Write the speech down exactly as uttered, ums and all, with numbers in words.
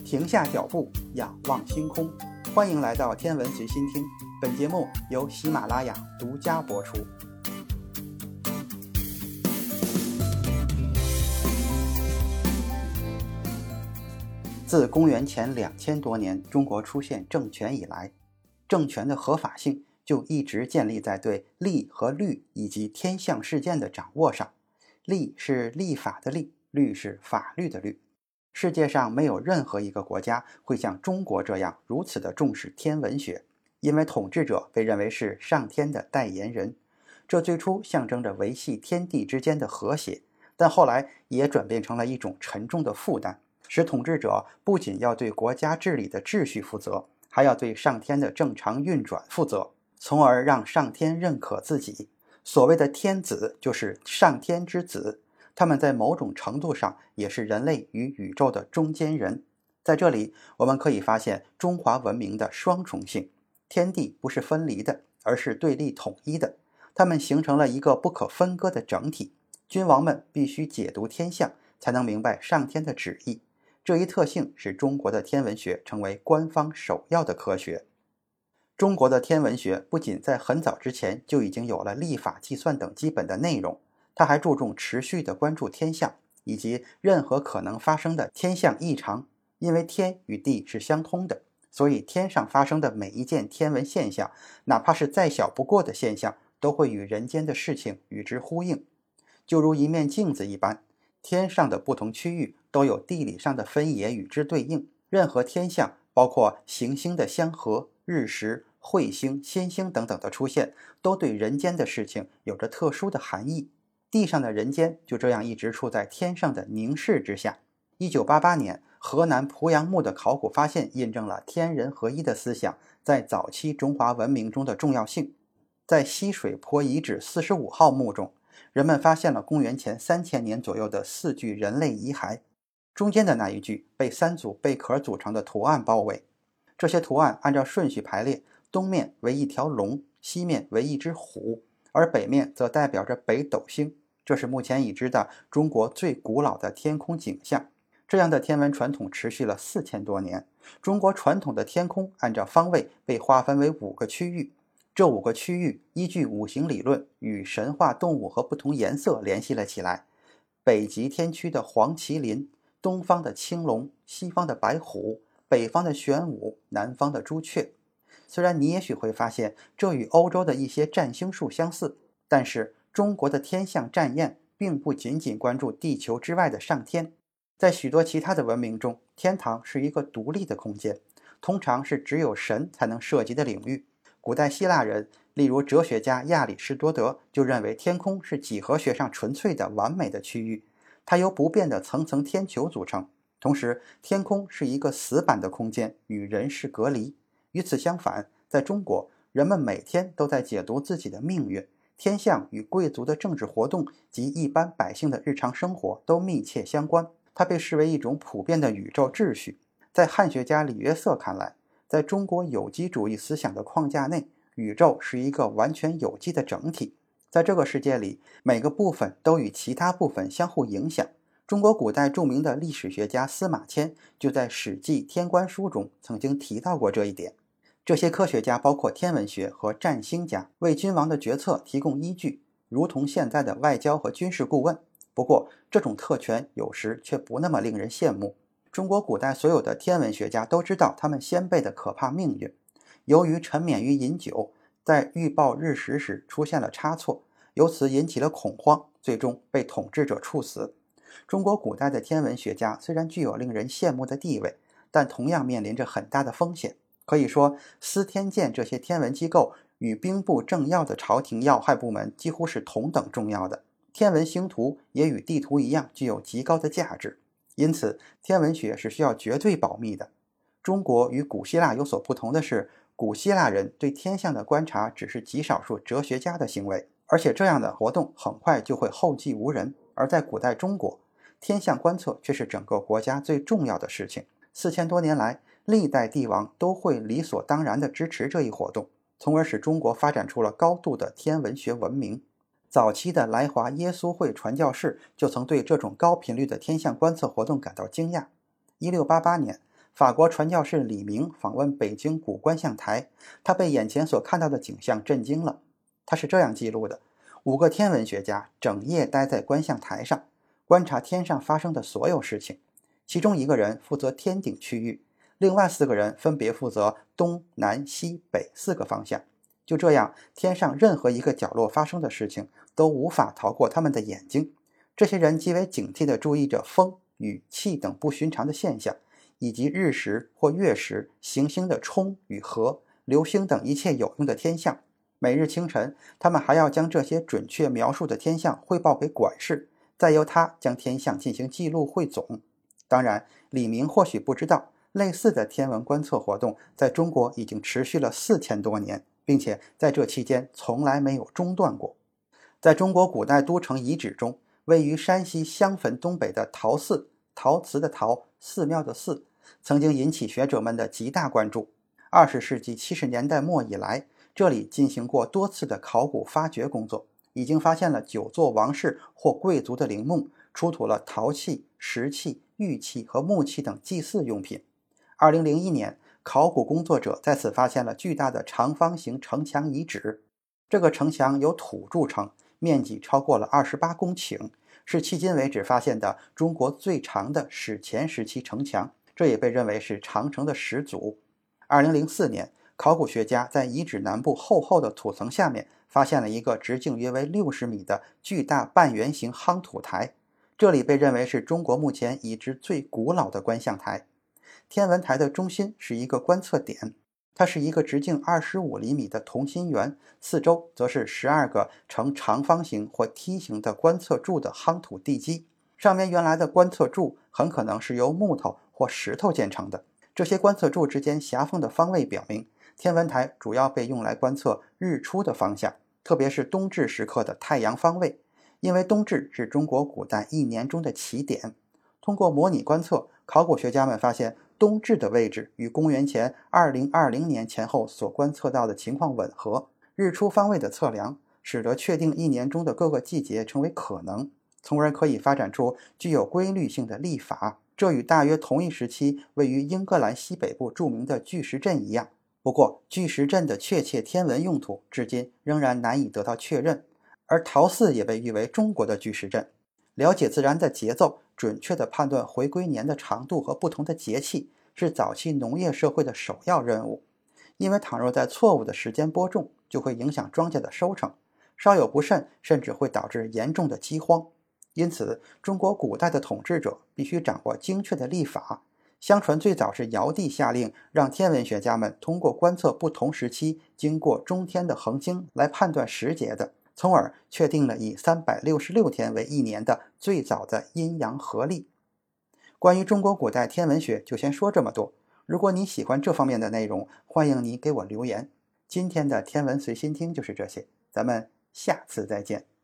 停下脚步，仰望星空。欢迎来到天文随心听，本节目由喜马拉雅独家播出。自公元前两千多年中国出现政权以来，政权的合法性就一直建立在对历和律以及天象事件的掌握上。历是立法的历，律是法律的律。世界上没有任何一个国家会像中国这样如此的重视天文学，因为统治者被认为是上天的代言人。这最初象征着维系天地之间的和谐，但后来也转变成了一种沉重的负担，使统治者不仅要对国家治理的秩序负责，还要对上天的正常运转负责，从而让上天认可自己。所谓的天子就是上天之子，他们在某种程度上也是人类与宇宙的中间人。在这里我们可以发现中华文明的双重性，天地不是分离的，而是对立统一的，它们形成了一个不可分割的整体。君王们必须解读天象，才能明白上天的旨意。这一特性使中国的天文学成为官方首要的科学。中国的天文学不仅在很早之前就已经有了历法计算等基本的内容，它还注重持续地关注天象以及任何可能发生的天象异常。因为天与地是相通的，所以天上发生的每一件天文现象，哪怕是再小不过的现象，都会与人间的事情与之呼应。就如一面镜子一般，天上的不同区域都有地理上的分野与之对应。任何天象，包括行星的相合、日食、彗星、仙星等等的出现，都对人间的事情有着特殊的含义。地上的人间就这样一直处在天上的凝视之下。一九八八年，河南濮阳墓的考古发现印证了天人合一的思想在早期中华文明中的重要性。在西水坡遗址四十五号墓中，人们发现了公元前三千年左右的四具人类遗骸，中间的那一具被三组贝壳组成的图案包围。这些图案按照顺序排列，东面为一条龙，西面为一只虎，而北面则代表着北斗星。这是目前已知的中国最古老的天空景象。这样的天文传统持续了四千多年。中国传统的天空按照方位被划分为五个区域，这五个区域依据五行理论与神话动物和不同颜色联系了起来。北极天区的黄麒麟，东方的青龙，西方的白虎，北方的玄武，南方的朱雀。虽然你也许会发现这与欧洲的一些占星术相似，但是中国的天象占验并不仅仅关注地球之外的上天。在许多其他的文明中，天堂是一个独立的空间，通常是只有神才能涉及的领域。古代希腊人，例如哲学家亚里士多德，就认为天空是几何学上纯粹的完美的区域，它由不变的层层天球组成。同时，天空是一个死板的空间，与人世隔离。与此相反，在中国，人们每天都在解读自己的命运，天象与贵族的政治活动及一般百姓的日常生活都密切相关，它被视为一种普遍的宇宙秩序。在汉学家李约瑟看来，在中国有机主义思想的框架内，宇宙是一个完全有机的整体。在这个世界里，每个部分都与其他部分相互影响。中国古代著名的历史学家司马迁就在《史记·天官书》中曾经提到过这一点。这些科学家包括天文学和占星家，为君王的决策提供依据，如同现在的外交和军事顾问。不过，这种特权有时却不那么令人羡慕。中国古代所有的天文学家都知道他们先辈的可怕命运。由于沉湎于饮酒，在预报日食时出现了差错，由此引起了恐慌，最终被统治者处死。中国古代的天文学家虽然具有令人羡慕的地位，但同样面临着很大的风险。可以说，司天监这些天文机构与兵部政要的朝廷要害部门几乎是同等重要的。天文星图也与地图一样具有极高的价值，因此天文学是需要绝对保密的。中国与古希腊有所不同的是，古希腊人对天象的观察只是极少数哲学家的行为，而且这样的活动很快就会后继无人。而在古代中国，天象观测却是整个国家最重要的事情。四千多年来，历代帝王都会理所当然地支持这一活动，从而使中国发展出了高度的天文学文明。早期的来华耶稣会传教士就曾对这种高频率的天象观测活动感到惊讶。一六八八年， 法国传教士李明访问北京古观象台，他被眼前所看到的景象震惊了。他是这样记录的：五个天文学家整夜待在观象台上，观察天上发生的所有事情。其中一个人负责天顶区域，另外四个人分别负责东南西北四个方向。就这样，天上任何一个角落发生的事情都无法逃过他们的眼睛。这些人极为警惕地注意着风、雨、气等不寻常的现象，以及日食或月食、行星的冲与合、流星等一切有用的天象。每日清晨，他们还要将这些准确描述的天象汇报给管事，再由他将天象进行记录汇总。当然，李明或许不知道，类似的天文观测活动在中国已经持续了四千多年，并且在这期间从来没有中断过。在中国古代都城遗址中，位于山西襄汾东北的陶寺，陶瓷的陶，寺庙的寺，曾经引起学者们的极大关注。二十世纪七十年代末以来，这里进行过多次的考古发掘工作，已经发现了九座王室或贵族的陵墓，出土了陶器、石器、玉器和木器等祭祀用品。二零零一年，考古工作者在此发现了巨大的长方形城墙遗址。这个城墙由土筑成，面积超过了二十八公顷，是迄今为止发现的中国最长的史前时期城墙，这也被认为是长城的始祖。二零零四年，考古学家在遗址南部厚厚的土层下面发现了一个直径约为六十米的巨大半圆形夯土台，这里被认为是中国目前已知最古老的观象台。天文台的中心是一个观测点，它是一个直径二十五厘米的同心圆，四周则是十二个呈长方形或梯形的观测柱的夯土地基，上面原来的观测柱很可能是由木头或石头建成的。这些观测柱之间狭缝的方位表明，天文台主要被用来观测日出的方向，特别是冬至时刻的太阳方位，因为冬至是中国古代一年中的起点。通过模拟观测，考古学家们发现冬至的位置与公元前二零二零年前后所观测到的情况吻合。日出方位的测量使得确定一年中的各个季节成为可能，从而可以发展出具有规律性的历法。这与大约同一时期位于英格兰西北部著名的巨石阵一样。不过，巨石阵的确切天文用途至今仍然难以得到确认，而陶寺也被誉为中国的巨石阵。了解自然的节奏，准确地判断回归年的长度和不同的节气，是早期农业社会的首要任务。因为倘若在错误的时间播种，就会影响庄稼的收成，稍有不慎，甚至会导致严重的饥荒。因此，中国古代的统治者必须掌握精确的历法。相传最早是尧帝下令让天文学家们通过观测不同时期经过中天的恒星来判断时节的，从而确定了以三百六十六天为一年的最早的阴阳合历。关于中国古代天文学就先说这么多。如果你喜欢这方面的内容，欢迎你给我留言。今天的天文随心听就是这些，咱们下次再见。